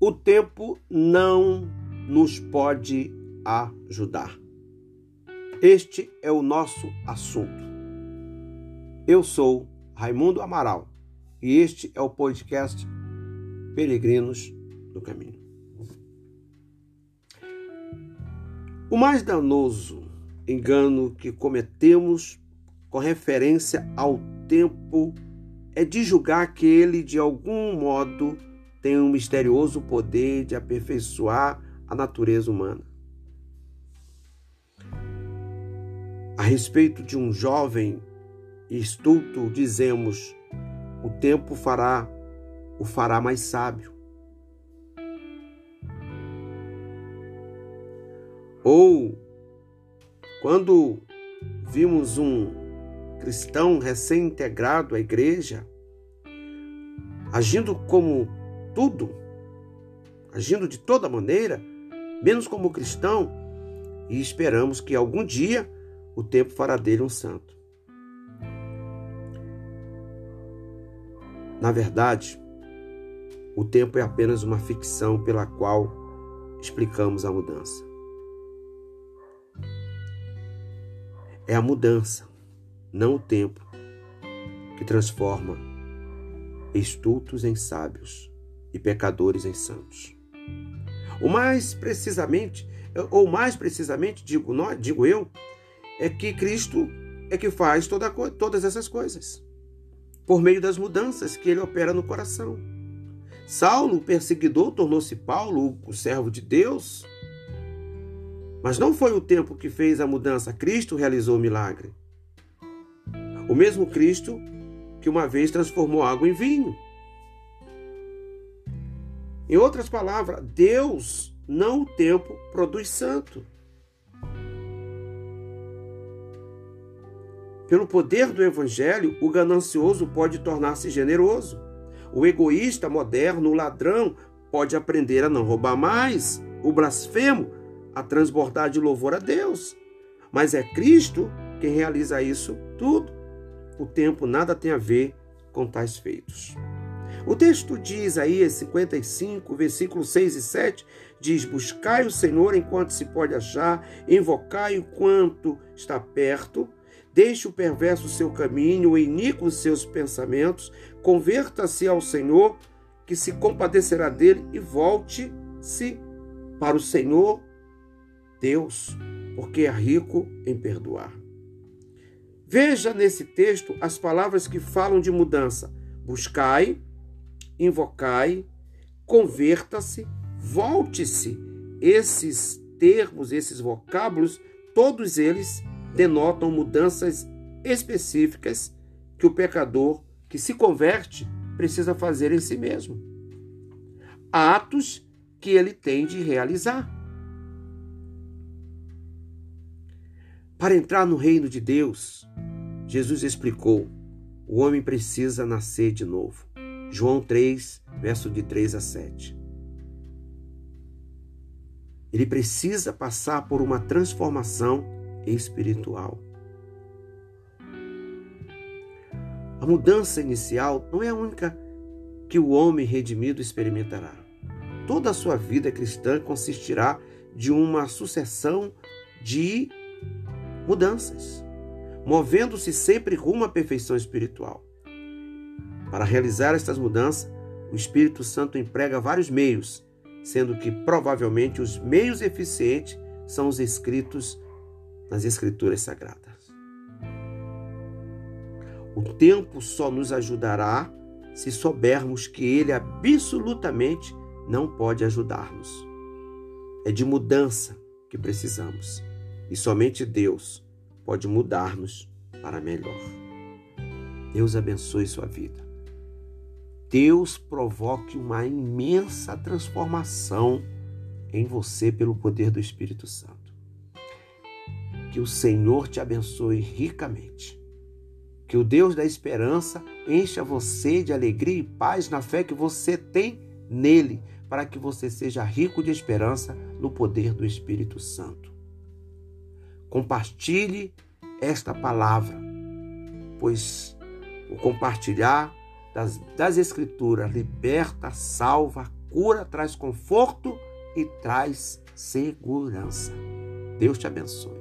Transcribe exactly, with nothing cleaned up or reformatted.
O tempo não nos pode ajudar. Este é o nosso assunto. Eu sou Raimundo Amaral e este é o podcast Peregrinos do Caminho. O mais danoso engano que cometemos com referência ao tempo é de julgar que ele, de algum modo, tem um misterioso poder de aperfeiçoar a natureza humana. A respeito de um jovem estulto, dizemos: o tempo fará, o fará mais sábio. Ou, quando vimos um cristão recém-integrado à igreja, agindo como tudo, agindo de toda maneira, menos como cristão, e esperamos que algum dia o tempo fará dele um santo. Na verdade, o tempo é apenas uma ficção pela qual explicamos a mudança. É a mudança, não o tempo, que transforma estultos em sábios e pecadores em santos. O mais precisamente, ou mais precisamente, digo, nós, digo eu, é que Cristo é que faz toda, todas essas coisas, por meio das mudanças que ele opera no coração. Saulo, o perseguidor, tornou-se Paulo, o servo de Deus. Mas não foi o tempo que fez a mudança, Cristo realizou o milagre. O mesmo Cristo que uma vez transformou água em vinho. Em outras palavras, Deus, não o tempo, produz santo. Pelo poder do Evangelho, o ganancioso pode tornar-se generoso. O egoísta moderno, o ladrão, pode aprender a não roubar mais. O blasfemo, a transbordar de louvor a Deus. Mas é Cristo quem realiza isso tudo. O tempo nada tem a ver com tais feitos. O texto de Isaías cinquenta e cinco, versículos seis e sete, diz: buscai o Senhor enquanto se pode achar, invocai-o enquanto está perto, deixe o perverso o seu caminho, o iníquo os seus pensamentos, converta-se ao Senhor, que se compadecerá dele, e volte-se para o Senhor Deus, porque é rico em perdoar. Veja nesse texto as palavras que falam de mudança: buscai, invocai, converta-se, volte-se. Esses termos, esses vocábulos, todos eles denotam mudanças específicas que o pecador que se converte precisa fazer em si mesmo. Atos que ele tem de realizar. Para entrar no reino de Deus, Jesus explicou: o homem precisa nascer de novo. João três, verso de três a sete. Ele precisa passar por uma transformação espiritual. A mudança inicial não é a única que o homem redimido experimentará. Toda a sua vida cristã consistirá de uma sucessão de mudanças, movendo-se sempre rumo à perfeição espiritual. Para realizar estas mudanças, o Espírito Santo emprega vários meios, sendo que provavelmente os meios eficientes são os escritos nas Escrituras Sagradas. O tempo só nos ajudará se soubermos que ele absolutamente não pode ajudar-nos. É de mudança que precisamos. E somente Deus pode mudar-nos para melhor. Deus abençoe sua vida. Deus provoque uma imensa transformação em você pelo poder do Espírito Santo. Que o Senhor te abençoe ricamente. Que o Deus da esperança encha você de alegria e paz na fé que você tem nele, para que você seja rico de esperança no poder do Espírito Santo. Compartilhe esta palavra, pois o compartilhar das, das Escrituras liberta, salva, cura, traz conforto e traz segurança. Deus te abençoe.